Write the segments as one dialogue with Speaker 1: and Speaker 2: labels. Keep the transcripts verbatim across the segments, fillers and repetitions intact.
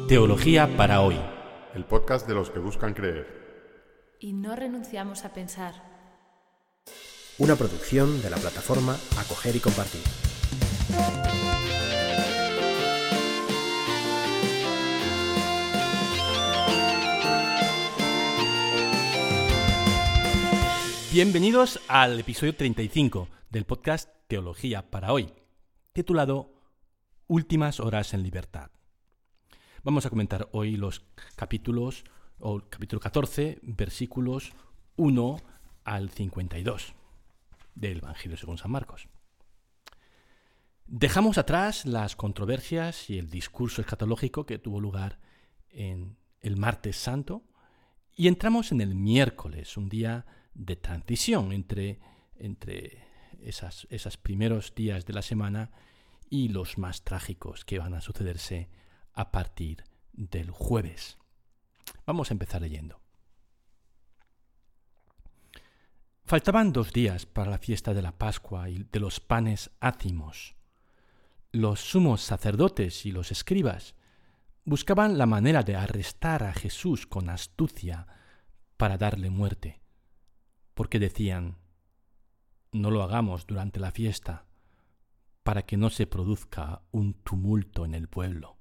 Speaker 1: Teología para hoy.
Speaker 2: El podcast de los que buscan creer.
Speaker 3: Y no renunciamos a pensar.
Speaker 4: Una producción de la plataforma Acoger y Compartir.
Speaker 1: Bienvenidos al episodio treinta y cinco del podcast Teología para hoy, titulado Últimas horas en libertad. Vamos a comentar hoy los capítulos, o capítulo catorce, versículos uno al cincuenta y dos del Evangelio según San Marcos. Dejamos atrás las controversias y el discurso escatológico que tuvo lugar en el martes santo y entramos en el miércoles, un día de transición entre, entre esas, esos primeros días de la semana y los más trágicos que van a sucederse a partir del jueves. Vamos a empezar leyendo. Faltaban dos días para la fiesta de la Pascua y de los panes ácimos. Los sumos sacerdotes y los escribas buscaban la manera de arrestar a Jesús con astucia para darle muerte, porque decían: no lo hagamos durante la fiesta, para que no se produzca un tumulto en el pueblo.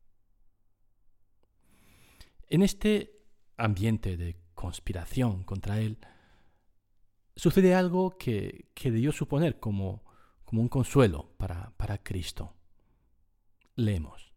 Speaker 1: En este ambiente de conspiración contra él, sucede algo que, que debió suponer como, como un consuelo para, para Cristo. Leemos.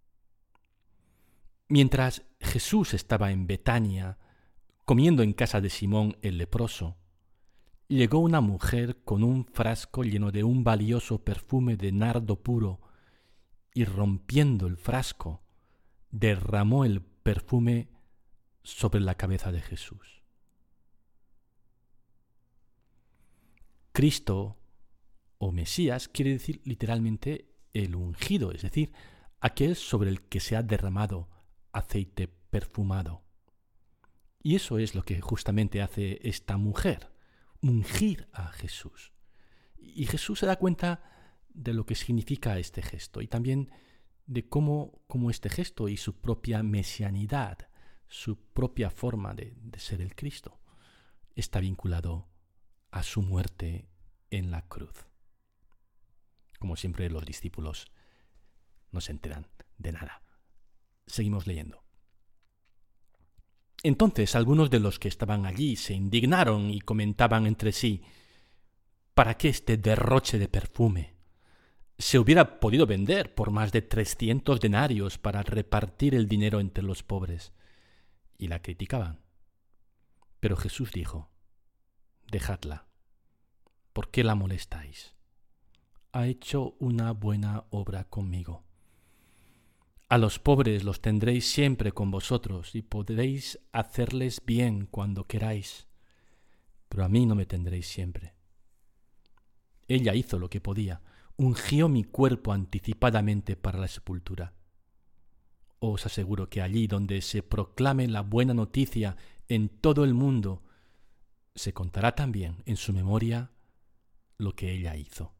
Speaker 1: Mientras Jesús estaba en Betania, comiendo en casa de Simón el leproso, llegó una mujer con un frasco lleno de un valioso perfume de nardo puro y, rompiendo el frasco, derramó el perfume sobre la cabeza de Jesús. Cristo o Mesías quiere decir literalmente el ungido, es decir, aquel sobre el que se ha derramado aceite perfumado. Y eso es lo que justamente hace esta mujer, ungir a Jesús. Y Jesús se da cuenta de lo que significa este gesto y también de cómo, cómo este gesto y su propia mesianidad, su propia forma de, de ser el Cristo, está vinculado a su muerte en la cruz. Como siempre, los discípulos no se enteran de nada. Seguimos leyendo. Entonces algunos de los que estaban allí se indignaron y comentaban entre sí: ¿para qué este derroche de perfume? Se hubiera podido vender por más de trescientos denarios para repartir el dinero entre los pobres. Y la criticaban. Pero Jesús dijo: dejadla. ¿Por qué la molestáis? Ha hecho una buena obra conmigo. A los pobres los tendréis siempre con vosotros y podréis hacerles bien cuando queráis, pero a mí no me tendréis siempre. Ella hizo lo que podía, ungió mi cuerpo anticipadamente para la sepultura. Os aseguro que allí donde se proclame la buena noticia en todo el mundo, se contará también en su memoria lo que ella hizo.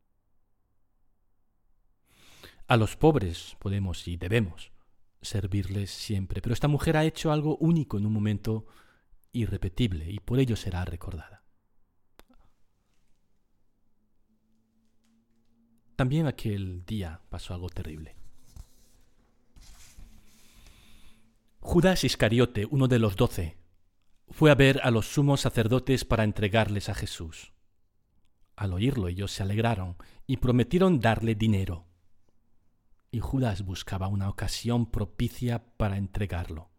Speaker 1: A los pobres podemos y debemos servirles siempre, pero esta mujer ha hecho algo único en un momento irrepetible y por ello será recordada. También aquel día pasó algo terrible. Judas Iscariote, uno de los doce, fue a ver a los sumos sacerdotes para entregarles a Jesús. Al oírlo ellos se alegraron y prometieron darle dinero. Y Judas buscaba una ocasión propicia para entregarlo.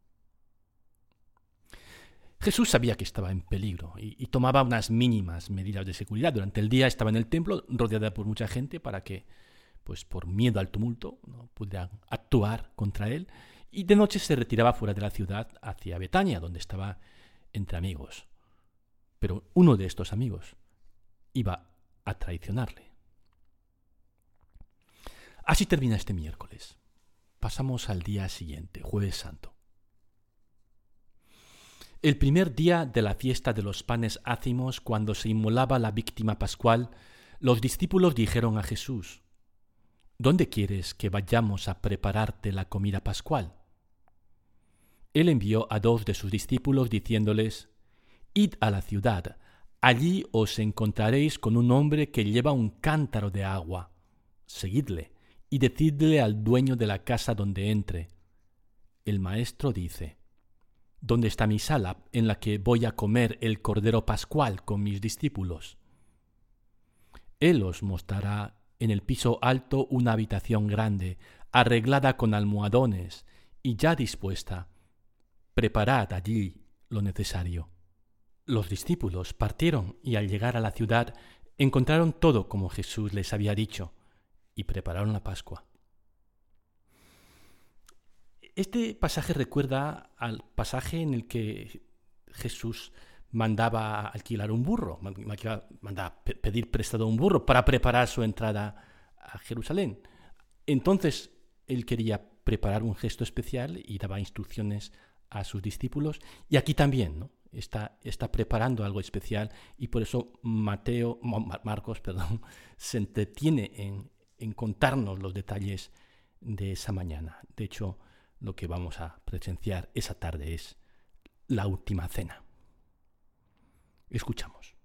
Speaker 1: Jesús sabía que estaba en peligro y, y tomaba unas mínimas medidas de seguridad. Durante el día estaba en el templo rodeada por mucha gente para que, pues por miedo al tumulto, no pudieran actuar contra él. Y de noche se retiraba fuera de la ciudad hacia Betania, donde estaba entre amigos. Pero uno de estos amigos iba a traicionarle. Así termina este miércoles. Pasamos al día siguiente, Jueves Santo. El primer día de la fiesta de los panes ácimos, cuando se inmolaba la víctima pascual, los discípulos dijeron a Jesús: ¿dónde quieres que vayamos a prepararte la comida pascual? Él envió a dos de sus discípulos diciéndoles: Id a la ciudad, allí os encontraréis con un hombre que lleva un cántaro de agua. Seguidle y decidle al dueño de la casa donde entre: el maestro dice: ¿dónde está mi sala en la que voy a comer el cordero pascual con mis discípulos? Él os mostrará en el piso alto una habitación grande, arreglada con almohadones y ya dispuesta. Preparad allí lo necesario. Los discípulos partieron y al llegar a la ciudad encontraron todo como Jesús les había dicho y prepararon la Pascua. Este pasaje recuerda al pasaje en el que Jesús mandaba alquilar un burro, mandaba pedir prestado un burro para preparar su entrada a Jerusalén. Entonces él quería preparar un gesto especial y daba instrucciones a sus discípulos, y aquí también, ¿no? Está, está preparando algo especial, y por eso Mateo, Marcos, perdón, se entretiene en, en contarnos los detalles de esa mañana. De hecho, lo que vamos a presenciar esa tarde es la última cena. Escuchamos.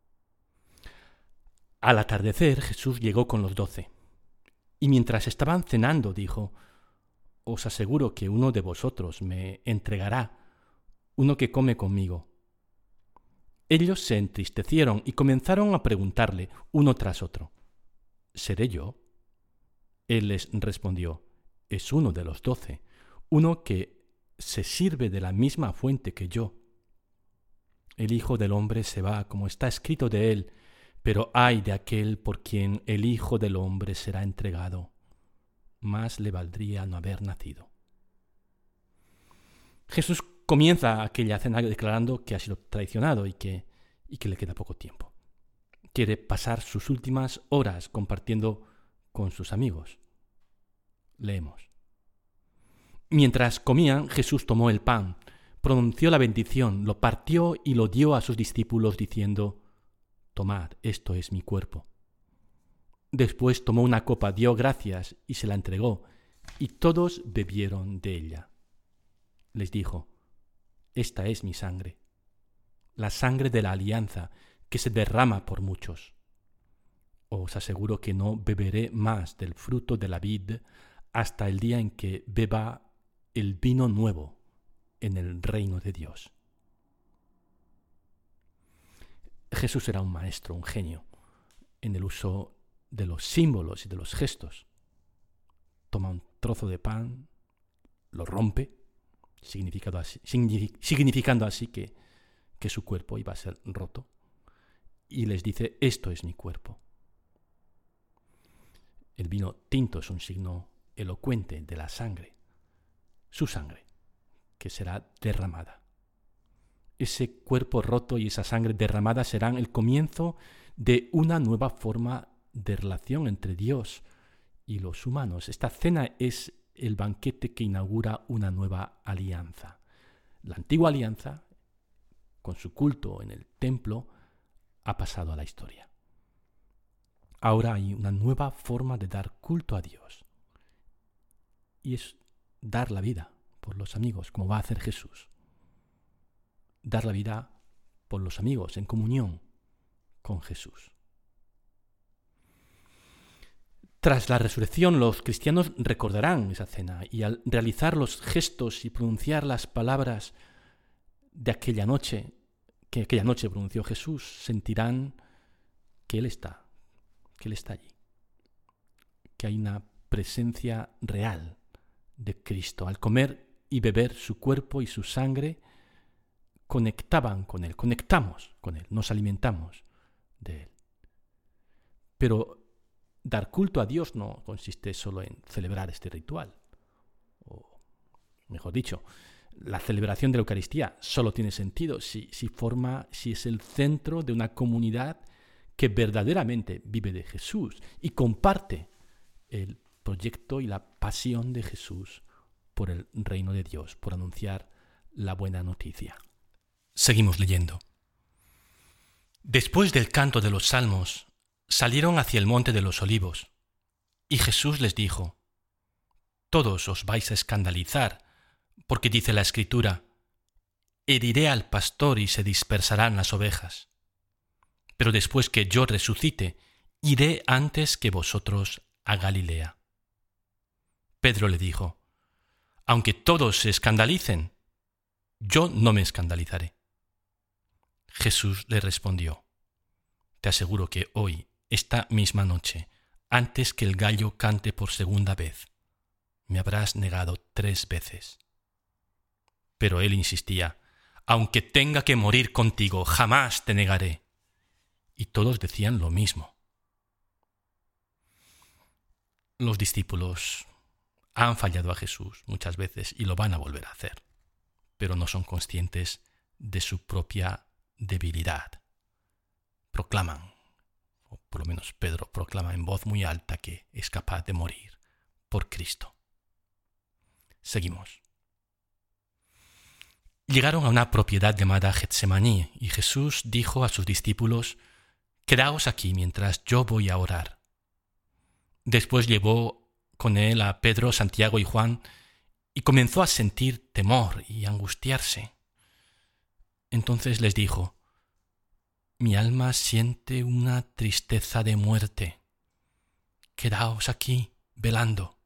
Speaker 1: Al atardecer, Jesús llegó con los doce, y mientras estaban cenando dijo: os aseguro que uno de vosotros me entregará, uno que come conmigo. Ellos se entristecieron y comenzaron a preguntarle uno tras otro: ¿seré yo? Él les respondió: es uno de los doce, uno que se sirve de la misma fuente que yo. El Hijo del Hombre se va, como está escrito de él, pero ay de aquel por quien el Hijo del Hombre será entregado. Más le valdría no haber nacido. Jesús comienza aquella cena declarando que ha sido traicionado y que, y que le queda poco tiempo. Quiere pasar sus últimas horas compartiendo con sus amigos. Leemos. Mientras comían, Jesús tomó el pan, pronunció la bendición, lo partió y lo dio a sus discípulos diciendo: tomad, esto es mi cuerpo. Después tomó una copa, dio gracias y se la entregó, y todos bebieron de ella. Les dijo: esta es mi sangre, la sangre de la alianza que se derrama por muchos. Os aseguro que no beberé más del fruto de la vid hasta el día en que beba el vino nuevo en el reino de Dios. Jesús era un maestro, un genio, en el uso de los símbolos y de los gestos. Toma un trozo de pan, lo rompe, significando así, significando así que, que su cuerpo iba a ser roto, y les dice: esto es mi cuerpo. El vino tinto es un signo elocuente de la sangre, su sangre, que será derramada. Ese cuerpo roto y esa sangre derramada serán el comienzo de una nueva forma de relación entre Dios y los humanos. Esta cena es el banquete que inaugura una nueva alianza. La antigua alianza, con su culto en el templo, ha pasado a la historia. Ahora hay una nueva forma de dar culto a Dios, y es dar la vida por los amigos, como va a hacer Jesús. Dar la vida por los amigos, en comunión con Jesús. Tras la resurrección, los cristianos recordarán esa cena, y al realizar los gestos y pronunciar las palabras de aquella noche, que aquella noche pronunció Jesús, sentirán que Él está, que Él está allí, que hay una presencia real de Cristo. Al comer y beber su cuerpo y su sangre, conectaban con Él, conectamos con Él, nos alimentamos de Él. Pero dar culto a Dios no consiste solo en celebrar este ritual. O, mejor dicho, la celebración de la Eucaristía solo tiene sentido si, si forma, si es el centro de una comunidad que verdaderamente vive de Jesús y comparte el proyecto y la pasión de Jesús por el reino de Dios, por anunciar la buena noticia. Seguimos leyendo. Después del canto de los salmos, salieron hacia el monte de los olivos. Y Jesús les dijo: todos os vais a escandalizar, porque dice la Escritura: heriré al pastor y se dispersarán las ovejas. Pero después que yo resucite, iré antes que vosotros a Galilea. Pedro le dijo: aunque todos se escandalicen, yo no me escandalizaré. Jesús le respondió: te aseguro que hoy, esta misma noche, antes que el gallo cante por segunda vez, me habrás negado tres veces. Pero él insistía: aunque tenga que morir contigo, jamás te negaré. Y todos decían lo mismo. Los discípulos han fallado a Jesús muchas veces y lo van a volver a hacer, pero no son conscientes de su propia debilidad. Proclaman, o por lo menos Pedro proclama en voz muy alta, que es capaz de morir por Cristo. Seguimos. Llegaron a una propiedad llamada Getsemaní y Jesús dijo a sus discípulos: quedaos aquí mientras yo voy a orar. Después llevó con él a Pedro, Santiago y Juan y comenzó a sentir temor y angustiarse. Entonces les dijo: mi alma siente una tristeza de muerte. Quedaos aquí velando.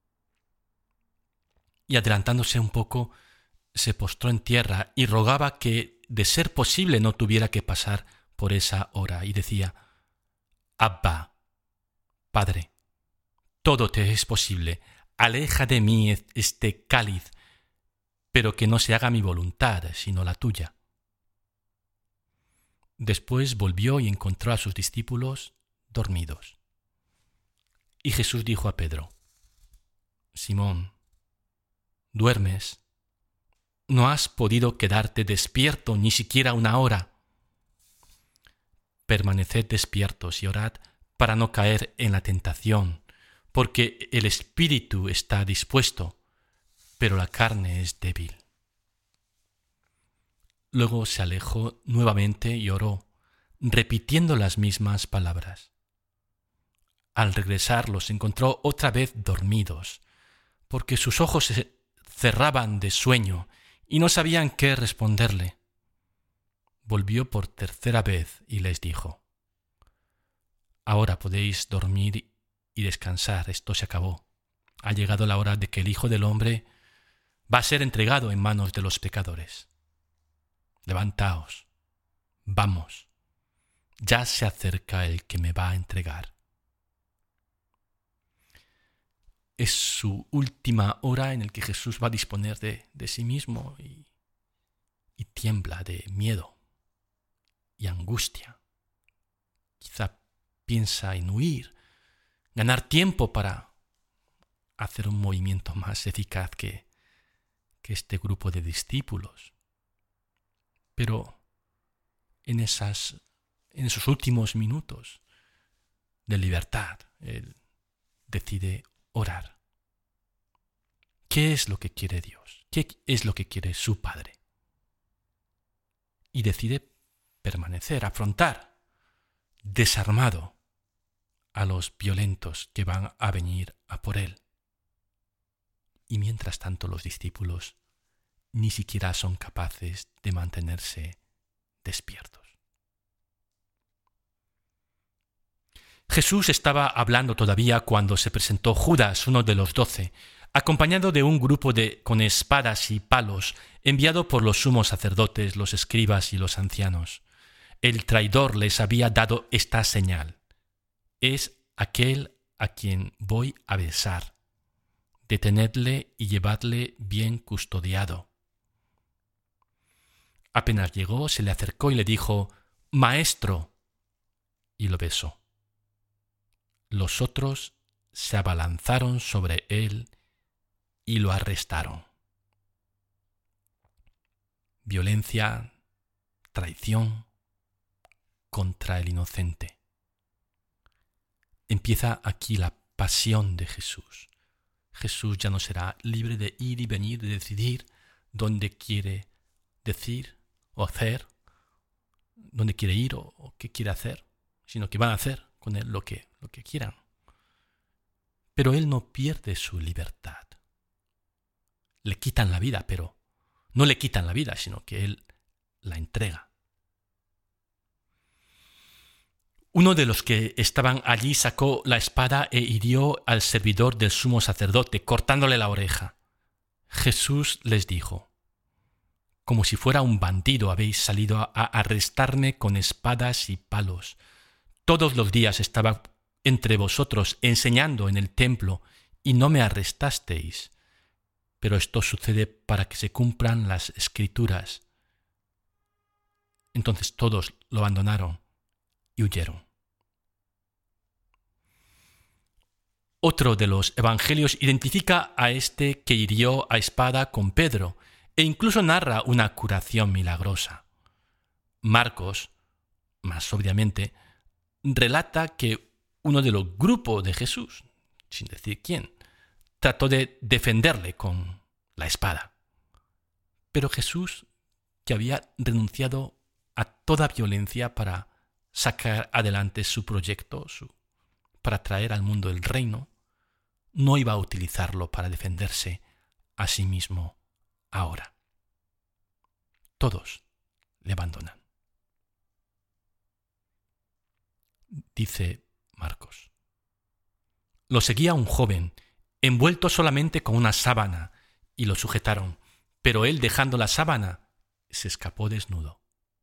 Speaker 1: Y adelantándose un poco, se postró en tierra y rogaba que, de ser posible, no tuviera que pasar por esa hora, y decía: Abba, Padre, todo te es posible, aleja de mí este cáliz, pero que no se haga mi voluntad, sino la tuya. Después volvió y encontró a sus discípulos dormidos. Y Jesús dijo a Pedro: Simón, ¿duermes? ¿No has podido quedarte despierto ni siquiera una hora? Permaneced despiertos y orad para no caer en la tentación, porque el espíritu está dispuesto, pero la carne es débil. Luego se alejó nuevamente y oró, repitiendo las mismas palabras. Al regresar los encontró otra vez dormidos, porque sus ojos se cerraban de sueño y no sabían qué responderle. Volvió por tercera vez y les dijo: Ahora podéis dormir y descansar, esto se acabó. Ha llegado la hora de que el Hijo del Hombre va a ser entregado en manos de los pecadores. Levantaos, vamos, ya se acerca el que me va a entregar. Es su última hora en la que Jesús va a disponer de, de sí mismo y, y tiembla de miedo y angustia. Quizá piensa en huir, ganar tiempo para hacer un movimiento más eficaz que, que este grupo de discípulos. Pero en, esas, en esos últimos minutos de libertad, él decide orar. ¿Qué es lo que quiere Dios? ¿Qué es lo que quiere su Padre? Y decide permanecer, afrontar, desarmado a los violentos que van a venir a por él. Y mientras tanto los discípulos ni siquiera son capaces de mantenerse despiertos. Jesús estaba hablando todavía cuando se presentó Judas, uno de los doce, acompañado de un grupo de, con espadas y palos, enviado por los sumos sacerdotes, los escribas y los ancianos. El traidor les había dado esta señal: es aquel a quien voy a besar. Detenedle y llevadle bien custodiado. Apenas llegó, se le acercó y le dijo: Maestro, y lo besó. Los otros se abalanzaron sobre él y lo arrestaron. Violencia, traición contra el inocente. Empieza aquí la pasión de Jesús. Jesús ya no será libre de ir y venir, de decidir dónde quiere decir o hacer, dónde quiere ir o, o qué quiere hacer, sino que van a hacer con él lo que, lo que quieran. Pero él no pierde su libertad. Le quitan la vida, pero no le quitan la vida, sino que él la entrega. Uno de los que estaban allí sacó la espada e hirió al servidor del sumo sacerdote, cortándole la oreja. Jesús les dijo: como si fuera un bandido habéis salido a arrestarme con espadas y palos. Todos los días estaba entre vosotros enseñando en el templo y no me arrestasteis. Pero esto sucede para que se cumplan las Escrituras. Entonces todos lo abandonaron y huyeron. Otro de los evangelios identifica a este que hirió a espada con Pedro e incluso narra una curación milagrosa. Marcos, más obviamente, relata que uno de los grupos de Jesús, sin decir quién, trató de defenderle con la espada. Pero Jesús, que había renunciado a toda violencia para sacar adelante su proyecto, su, para traer al mundo el reino, no iba a utilizarlo para defenderse a sí mismo ahora. Todos le abandonan. Dice Marcos: lo seguía un joven, envuelto solamente con una sábana, y lo sujetaron, pero él, dejando la sábana, se escapó desnudo.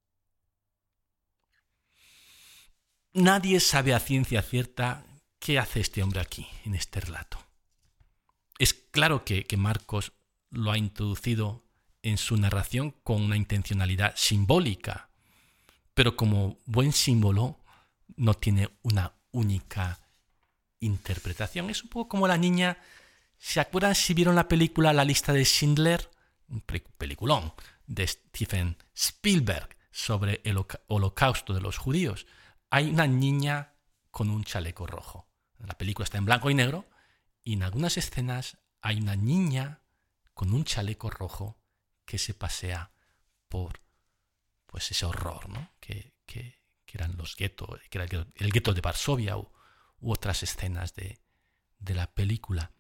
Speaker 1: Nadie sabe a ciencia cierta qué hace este hombre aquí, en este relato. Es claro que, que Marcos lo ha introducido en su narración con una intencionalidad simbólica, pero como buen símbolo no tiene una única interpretación. Es un poco como la niña. ¿Se acuerdan si vieron la película La lista de Schindler? Un peliculón de Steven Spielberg sobre el holocausto de los judíos. Hay una niña con un chaleco rojo. La película está en blanco y negro y en algunas escenas hay una niña con un chaleco rojo que se pasea por pues ese horror, ¿no? que, que, que eran los guetos, que era el gueto, el gueto de Varsovia u, u otras escenas de, de la película.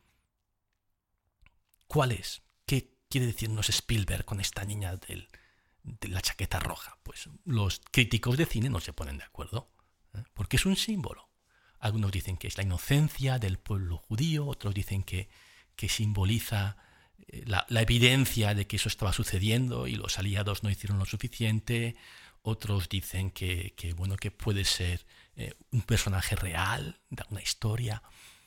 Speaker 1: ¿Cuál es? ¿Qué quiere decirnos Spielberg con esta niña del, de la chaqueta roja? Pues los críticos de cine no se ponen de acuerdo, ¿eh? Porque es un símbolo. Algunos dicen que es la inocencia del pueblo judío, otros dicen que, que simboliza la, la evidencia de que eso estaba sucediendo y los aliados no hicieron lo suficiente. Otros dicen que, que, bueno, que puede ser eh, un personaje real, de una historia.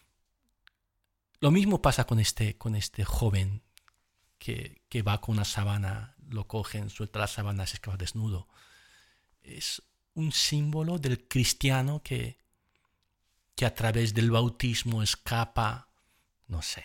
Speaker 1: Lo mismo pasa con este, con este joven que, que va con una sábana, lo cogen, suelta la sábana, se escapa desnudo. Es un símbolo del cristiano que, que a través del bautismo escapa, no sé.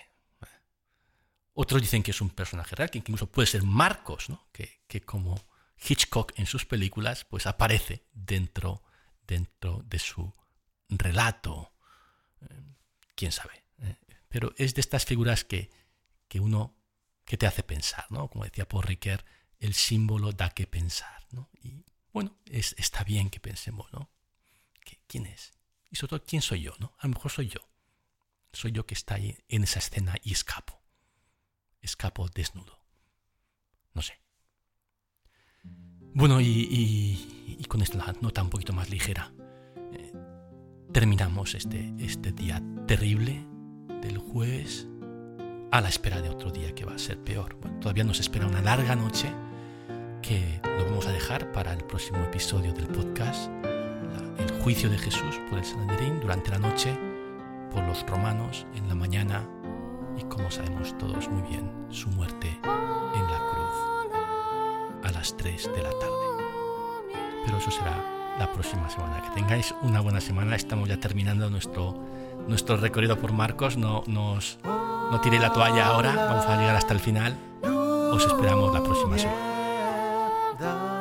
Speaker 1: Otros dicen que es un personaje real, que incluso puede ser Marcos, ¿no? que, que como Hitchcock en sus películas, pues aparece dentro, dentro de su relato. ¿Quién sabe? Pero es de estas figuras que, que uno que te hace pensar, ¿no? Como decía Paul Ricoeur, el símbolo da que pensar, ¿no? Y bueno, es, está bien que pensemos, ¿no? ¿Quién es? Y sobre todo, ¿quién soy yo? ¿No? A lo mejor soy yo. Soy yo que está ahí en esa escena y escapo. Escapo desnudo. No sé. Bueno, y, y, y con esta nota un poquito más ligera, eh, terminamos este, este día terrible del jueves a la espera de otro día que va a ser peor. Bueno, todavía nos espera una larga noche que lo vamos a dejar para el próximo episodio del podcast. La, el juicio de Jesús por el Sanedrín durante la noche, por los romanos en la mañana y, como sabemos todos muy bien, su muerte en la cruz a las tres de la tarde. Pero eso será la próxima semana. Que tengáis una buena semana. Estamos ya terminando nuestro, nuestro recorrido por Marcos. No, nos, no tiré la toalla ahora. Vamos a llegar hasta el final. Os esperamos la próxima semana.